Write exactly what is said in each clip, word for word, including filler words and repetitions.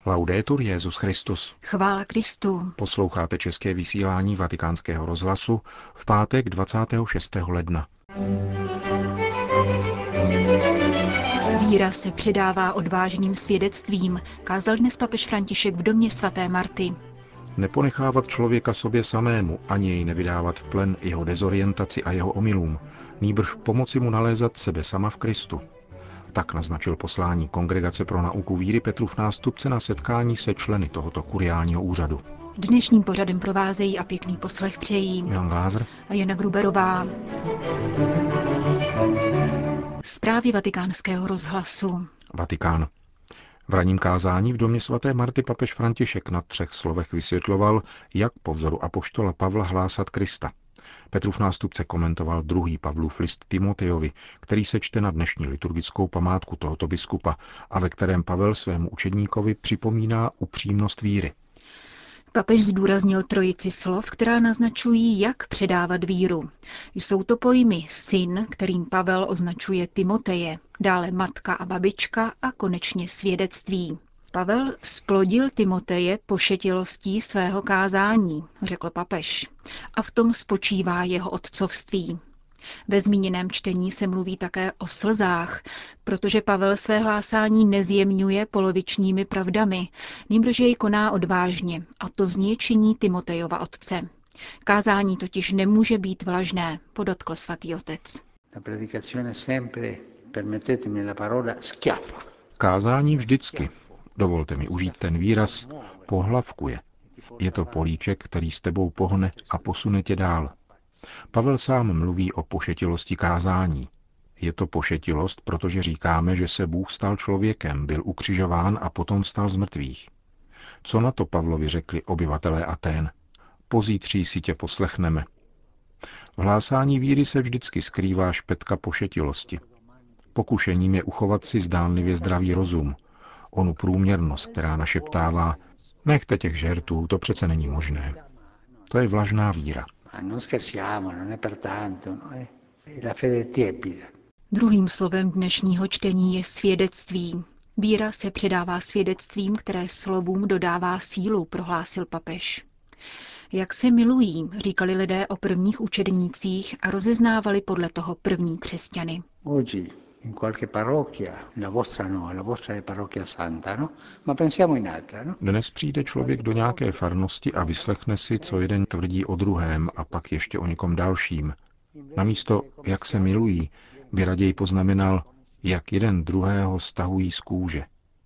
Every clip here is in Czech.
Laudetur Jesus Christus. Chvála Kristu. Posloucháte české vysílání Vatikánského rozhlasu v pátek dvacátého šestého ledna. Víra se předává odvážným svědectvím, kázal dnes papež František v domě svaté Marty. Neponechávat člověka sobě samému, ani jej nevydávat v plen jeho dezorientaci a jeho omylům, nýbrž pomoci mu nalézat sebe sama v Kristu. Tak naznačil poslání Kongregace pro nauku víry Petrův nástupce na setkání se členy tohoto kuriálního úřadu. Dnešním pořadem provázejí a pěkný poslech přejí Jan Glázer a Jana Gruberová. Zprávy Vatikánského rozhlasu. Vatikán. V ranním kázání v domě svaté Marty papež František na třech slovech vysvětloval, jak po vzoru apoštola Pavla hlásat Krista. Petrův nástupce komentoval druhý Pavlův list Timotejovi, který se čte na dnešní liturgickou památku tohoto biskupa a ve kterém Pavel svému učedníkovi připomíná upřímnost víry. Papež zdůraznil trojici slov, která naznačují, jak předávat víru. Jsou to pojmy syn, kterým Pavel označuje Timoteje, dále matka a babička a konečně svědectví. Pavel splodil Timoteje pošetilostí svého kázání, řekl papež, a v tom spočívá jeho otcovství. Ve zmíněném čtení se mluví také o slzách, protože Pavel své hlásání nezjemňuje polovičními pravdami, nýbrž jej koná odvážně, a to z něj činí Timotejova otce. Kázání totiž nemůže být vlažné, podotkl svatý otec. Kázání vždycky, dovolte mi užít ten výraz, pohlavkuje. Je to políček, který s tebou pohne a posune tě dál. Pavel sám mluví o pošetilosti kázání. Je to pošetilost, protože říkáme, že se Bůh stal člověkem, byl ukřižován a potom vstal z mrtvých. Co na to Pavlovi řekli obyvatelé Atén? Pozítří si tě poslechneme. V hlásání víry se vždycky skrývá špetka pošetilosti. Pokušením je uchovat si zdánlivě zdravý rozum, onu průměrnost, která našeptává, nechte těch žertů, to přece není možné. To je vlažná víra. Druhým slovem dnešního čtení je svědectví. Víra se předává svědectvím, které slovům dodává sílu, prohlásil papež. Jak se milují, říkali lidé o prvních učednících a rozeznávali podle toho první křesťany. In qualche parrocchia, la vostra no, la vostra è parrocchia santa, no? Ma pensiamo in altra, no? Dnes přijde člověk do nějaké farnosti a vyslechne si, co jeden tvrdí o druhém a pak ještě o někom dalším. Namísto, jak se milují, by raději poznamenal, jak jeden druhého stahují z kůže.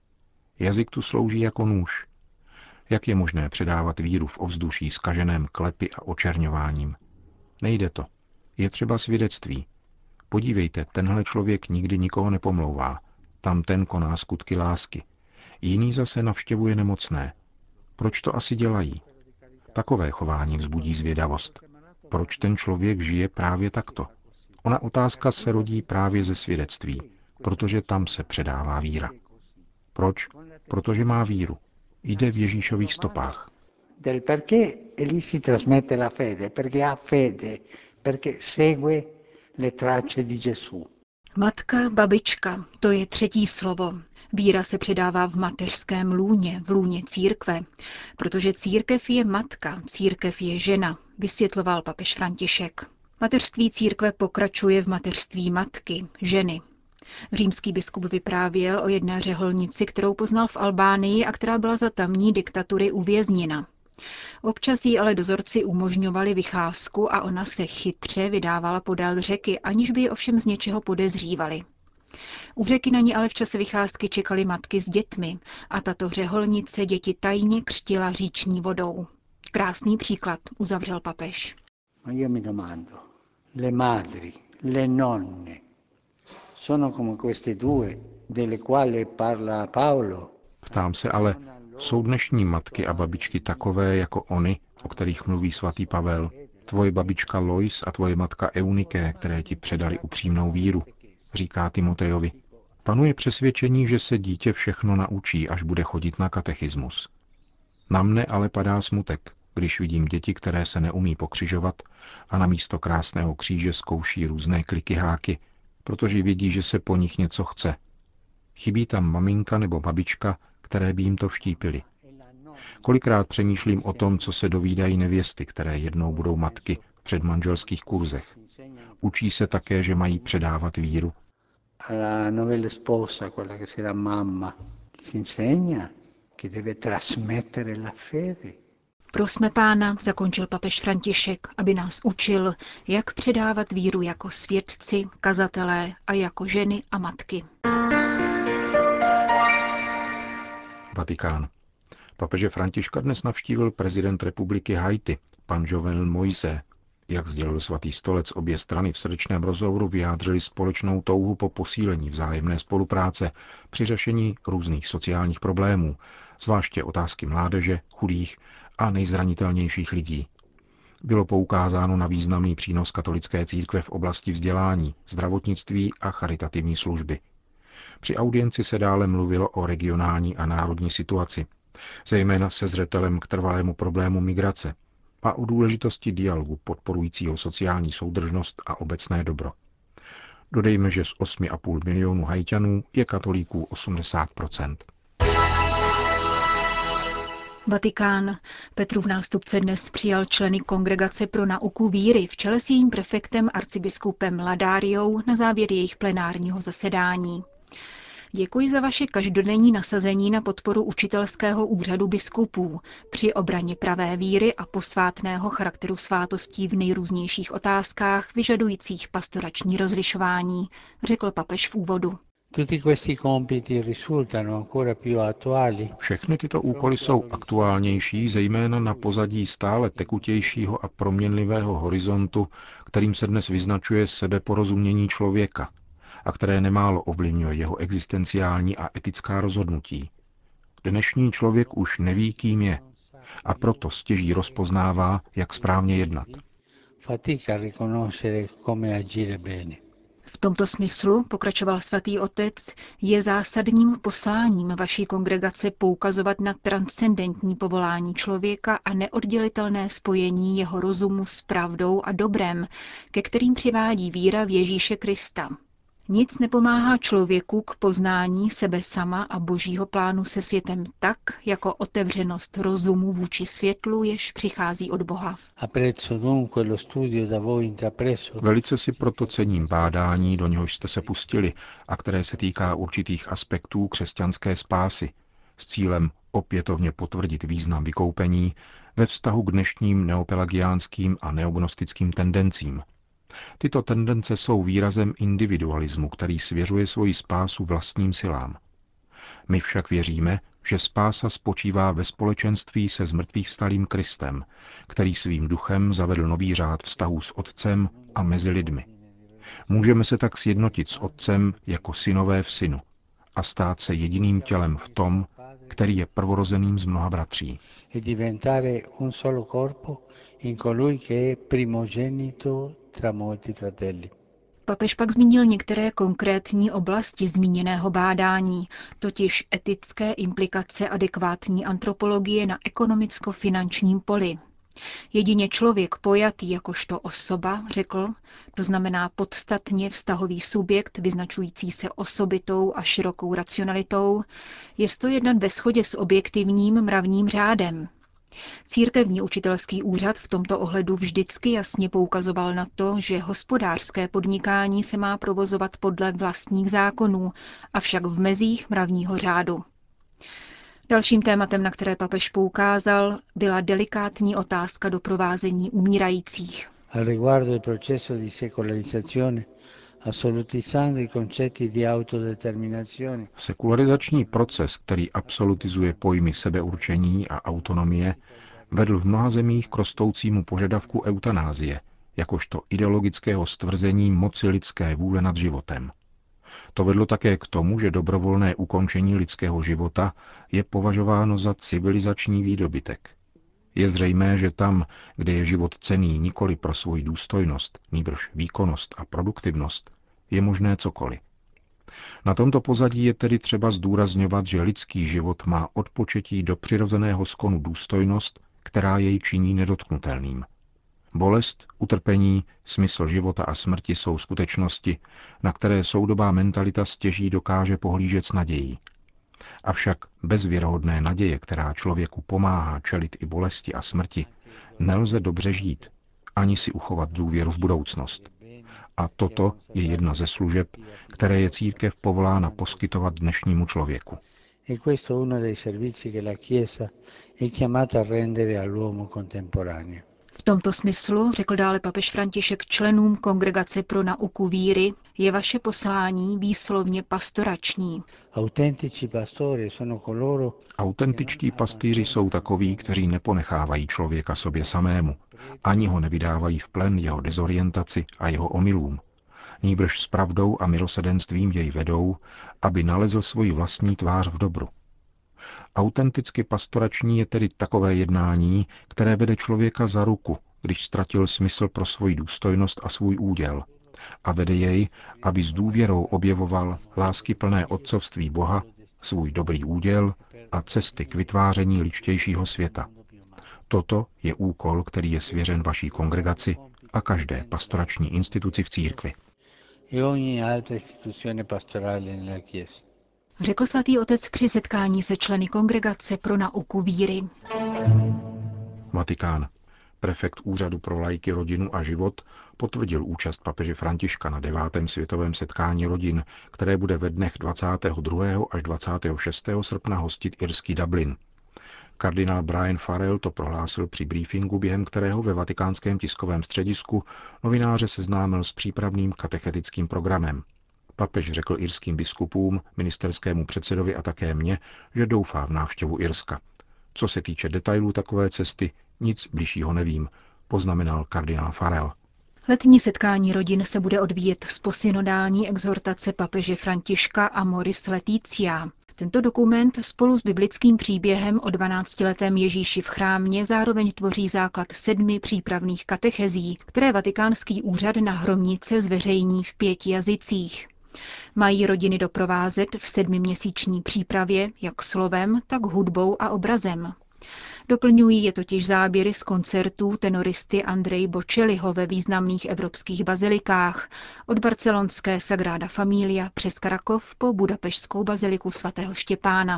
Jazyk tu slouží jako nůž. Jak je možné předávat víru v ovzduší zkaženém klepy a očerňováním? Nejde to. Je třeba svědectví. Podívejte, tenhle člověk nikdy nikoho nepomlouvá. Tam ten koná skutky lásky. Jiný zase navštěvuje nemocné. Proč to asi dělají? Takové chování vzbudí zvědavost. Proč ten člověk žije právě takto? Ona otázka se rodí právě ze svědectví, protože tam se předává víra. Proč? Protože má víru. Jde v Ježíšových stopách. Del perché lì si trasmette la fede, perché ha fede, perché segue le tracce di Gesù. Matka, babička, to je třetí slovo. Víra se předává v mateřském lůně, v lůně církve, protože církev je matka, církev je žena, vysvětloval papež František. Mateřství církve pokračuje v mateřství matky, ženy. Římský biskup vyprávěl o jedné řeholnici, kterou poznal v Albánii a která byla za tamní diktatury uvězněna. Občas jí ale dozorci umožňovali vycházku a ona se chytře vydávala podél řeky, aniž by ji ovšem z něčeho podezřívali. U řeky na ní ale v čase vycházky čekaly matky s dětmi a tato řeholnice děti tajně křtila říční vodou. Krásný příklad, uzavřel papež. Io mi domando, le madri, le nonne, sono come queste due, delle quali parla Paolo. Ptám se ale, jsou dnešní matky a babičky takové jako ony, o kterých mluví svatý Pavel, tvoje babička Lois a tvoje matka Eunike, které ti předali upřímnou víru, říká Timotejovi. Panuje přesvědčení, že se dítě všechno naučí, až bude chodit na katechismus. Na mne ale padá smutek, když vidím děti, které se neumí pokřižovat a na místo krásného kříže zkouší různé klikyháky, protože vědí, že se po nich něco chce. Chybí tam maminka nebo babička, které by jim to vštípily. Kolikrát přemýšlím o tom, co se dovídají nevěsty, které jednou budou matky v předmanželských kurzech. Učí se také, že mají předávat víru. Alla novella sposa, quella che sarà mamma, si insegna che deve trasmettere la fede. Prosme Pána, zakončil papež František, aby nás učil, jak předávat víru jako svědci, kazatelé a jako ženy a matky. Vatikán. Papeže Františka dnes navštívil prezident republiky Haiti, pan Jovenel Moïse. Jak sdělil svatý stolec, obě strany v srdečném rozhovoru vyjádřily společnou touhu po posílení vzájemné spolupráce při řešení různých sociálních problémů, zvláště otázky mládeže, chudých a nejzranitelnějších lidí. Bylo poukázáno na významný přínos katolické církve v oblasti vzdělání, zdravotnictví a charitativní služby. Při audienci se dále mluvilo o regionální a národní situaci, zejména se zřetelem k trvalému problému migrace a o důležitosti dialogu podporujícího sociální soudržnost a obecné dobro. Dodejme, že z osmi a půl milionu Haťanů je katolíků osmdesát procent. Vatikán. Petrův nástupce dnes přijal členy Kongregace pro nauku víry v čele s jejím prefektem arcibiskupem Ladáriou na závěr jejich plenárního zasedání. Děkuji za vaše každodenní nasazení na podporu učitelského úřadu biskupů při obraně pravé víry a posvátného charakteru svátostí v nejrůznějších otázkách vyžadujících pastorační rozlišování, řekl papež v úvodu. Všechny tyto úkoly jsou aktuálnější, zejména na pozadí stále tekutějšího a proměnlivého horizontu, kterým se dnes vyznačuje sebeporozumění člověka a které nemálo ovlivňuje jeho existenciální a etická rozhodnutí. Dnešní člověk už neví, kým je, a proto stěží rozpoznává, jak správně jednat. V tomto smyslu, pokračoval svatý otec, je zásadním posláním vaší kongregace poukazovat na transcendentní povolání člověka a neoddělitelné spojení jeho rozumu s pravdou a dobrem, ke kterým přivádí víra v Ježíše Krista. Nic nepomáhá člověku k poznání sebe sama a božího plánu se světem tak, jako otevřenost rozumu vůči světlu, jež přichází od Boha. Velice si proto cením bádání, do něhož jste se pustili a které se týká určitých aspektů křesťanské spásy, s cílem opětovně potvrdit význam vykoupení ve vztahu k dnešním neopelagiánským a neognostickým tendencím. Tyto tendence jsou výrazem individualismu, který svěřuje svoji spásu vlastním silám. My však věříme, že spása spočívá ve společenství se zmrtvýchvstalým Kristem, který svým duchem zavedl nový řád vztahů s Otcem a mezi lidmi. Můžeme se tak sjednotit s Otcem jako synové v synu a stát se jediným tělem v tom, který je prvorozeným z mnoha bratří. Papež pak zmínil některé konkrétní oblasti zmíněného bádání, totiž etické implikace adekvátní antropologie na ekonomicko-finančním poli. Jedině člověk pojatý jakožto osoba, řekl, to znamená podstatně vztahový subjekt vyznačující se osobitou a širokou racionalitou, je to jednat ve shodě s objektivním mravním řádem. Církevní učitelský úřad v tomto ohledu vždycky jasně poukazoval na to, že hospodářské podnikání se má provozovat podle vlastních zákonů, avšak v mezích mravního řádu. Dalším tématem, na které papež poukázal, byla delikátní otázka doprovázení umírajících. Sekularizační proces, který absolutizuje pojmy sebeurčení a autonomie, vedl v mnoha zemích k rostoucímu požadavku eutanázie, jakožto ideologického stvrzení moci lidské vůle nad životem. To vedlo také k tomu, že dobrovolné ukončení lidského života je považováno za civilizační výdobytek. Je zřejmé, že tam, kde je život cenný nikoli pro svoji důstojnost, nýbrž výkonnost a produktivnost, je možné cokoliv. Na tomto pozadí je tedy třeba zdůrazňovat, že lidský život má od početí do přirozeného skonu důstojnost, která jej činí nedotknutelným. Bolest, utrpení, smysl života a smrti jsou skutečnosti, na které soudobá mentalita stěží dokáže pohlížet s nadějí. Avšak bez věrohodné naděje, která člověku pomáhá čelit i bolesti a smrti, nelze dobře žít, ani si uchovat důvěru v budoucnost. A toto je jedna ze služeb, které je církev povolána poskytovat dnešnímu člověku. E questo è uno dei servizi che la Chiesa è chiamata a rendere all'uomo contemporaneo. V tomto smyslu, řekl dále papež František členům Kongregace pro nauku víry, je vaše poslání výslovně pastorační. Autentičtí pastýři jsou takoví, kteří neponechávají člověka sobě samému, ani ho nevydávají v plen jeho dezorientaci a jeho omylům. Nýbrž s pravdou a milosrdenstvím jej vedou, aby nalezl svoji vlastní tvář v dobru. Autenticky pastorační je tedy takové jednání, které vede člověka za ruku, když ztratil smysl pro svoji důstojnost a svůj úděl, a vede jej, aby s důvěrou objevoval láskyplné otcovství Boha, svůj dobrý úděl a cesty k vytváření ličtějšího světa. Toto je úkol, který je svěřen vaší kongregaci a každé pastorační instituci v církvi. Řekl svatý otec při setkání se členy Kongregace pro nauku víry. Vatikán. Prefekt Úřadu pro laiky, rodinu a život potvrdil účast papeže Františka na devátém světovém setkání rodin, které bude ve dnech dvacátého druhého až dvacátého šestého srpna hostit irský Dublin. Kardinál Brian Farrell to prohlásil při briefingu, během kterého ve vatikánském tiskovém středisku novináře seznámil s přípravným katechetickým programem. Papež řekl irským biskupům, ministerskému předsedovi a také mně, že doufá v návštěvu Irska. Co se týče detailů takové cesty, nic bližšího nevím, poznamenal kardinál Farrell. Letní setkání rodin se bude odvíjet z posynodální exhortace papeže Františka Amoris Laetitia. Tento dokument spolu s biblickým příběhem o dvanáctiletém Ježíši v chrámě zároveň tvoří základ sedmi přípravných katechezí, které vatikánský úřad na Hromnice zveřejní v pěti jazycích. Mají rodiny doprovázet v sedmiměsíční přípravě jak slovem, tak hudbou a obrazem. Doplňují je totiž záběry z koncertů tenoristy Andrej Bocelliho ve významných evropských bazilikách, od barcelonské Sagrada Familia přes Krakov po budapeštskou baziliku svatého Štěpána.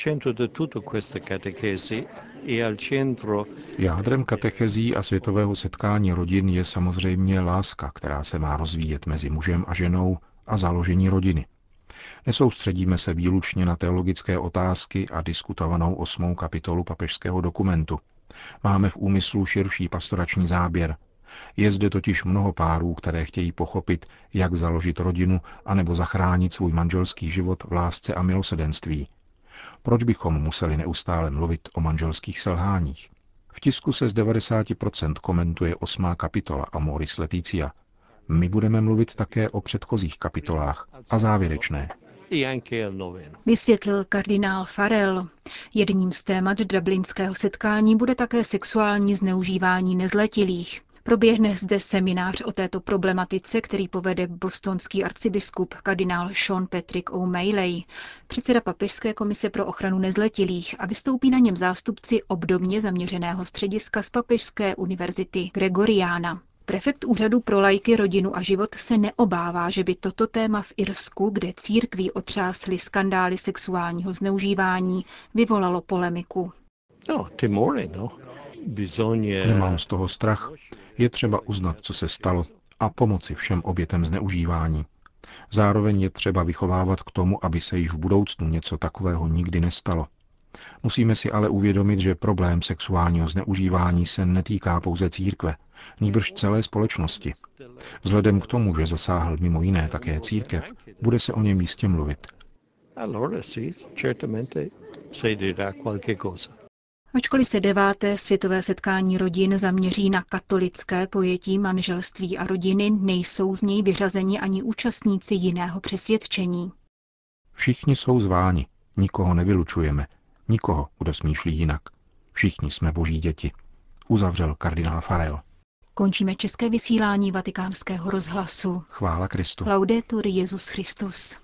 Jádrem katechezí a světového setkání rodin je samozřejmě láska, která se má rozvíjet mezi mužem a ženou, a založení rodiny. Nesoustředíme se výlučně na teologické otázky a diskutovanou osmou kapitolu papežského dokumentu. Máme v úmyslu širší pastorační záběr. Je zde totiž mnoho párů, které chtějí pochopit, jak založit rodinu anebo zachránit svůj manželský život v lásce a milosrdenství. Proč bychom museli neustále mluvit o manželských selháních? V tisku se z devadesát procent komentuje osmá kapitola Amoris Laetitia. My budeme mluvit také o předchozích kapitolách a závěrečné. Vysvětlil kardinál Farrell. Jedním z témat dublinského setkání bude také sexuální zneužívání nezletilých. Proběhne zde seminář o této problematice, který povede bostonský arcibiskup kardinál Sean Patrick O'Malley, předseda Papežské komise pro ochranu nezletilých, a vystoupí na něm zástupci obdobně zaměřeného střediska z Papežské univerzity Gregoriana. Prefekt Úřadu pro laiky, rodinu a život se neobává, že by toto téma v Irsku, kde církví otřásly skandály sexuálního zneužívání, vyvolalo polemiku. No, timore, no. Bisogna... Nemám z toho strach. Je třeba uznat, co se stalo, a pomoci všem obětem zneužívání. Zároveň je třeba vychovávat k tomu, aby se již v budoucnu něco takového nikdy nestalo. Musíme si ale uvědomit, že problém sexuálního zneužívání se netýká pouze církve, nýbrž celé společnosti. Vzhledem k tomu, že zasáhl mimo jiné také církev, bude se o něm jistě mluvit. Ačkoliv se deváté světové setkání rodin zaměří na katolické pojetí manželství a rodiny, nejsou z něj vyřazeni ani účastníci jiného přesvědčení. Všichni jsou zváni, nikoho nevylučujeme, nikoho, kdo smýšlí jinak. Všichni jsme boží děti, uzavřel kardinál Farrell. Končíme české vysílání Vatikánského rozhlasu. Chvála Kristu. Laudetur Jesus Christus.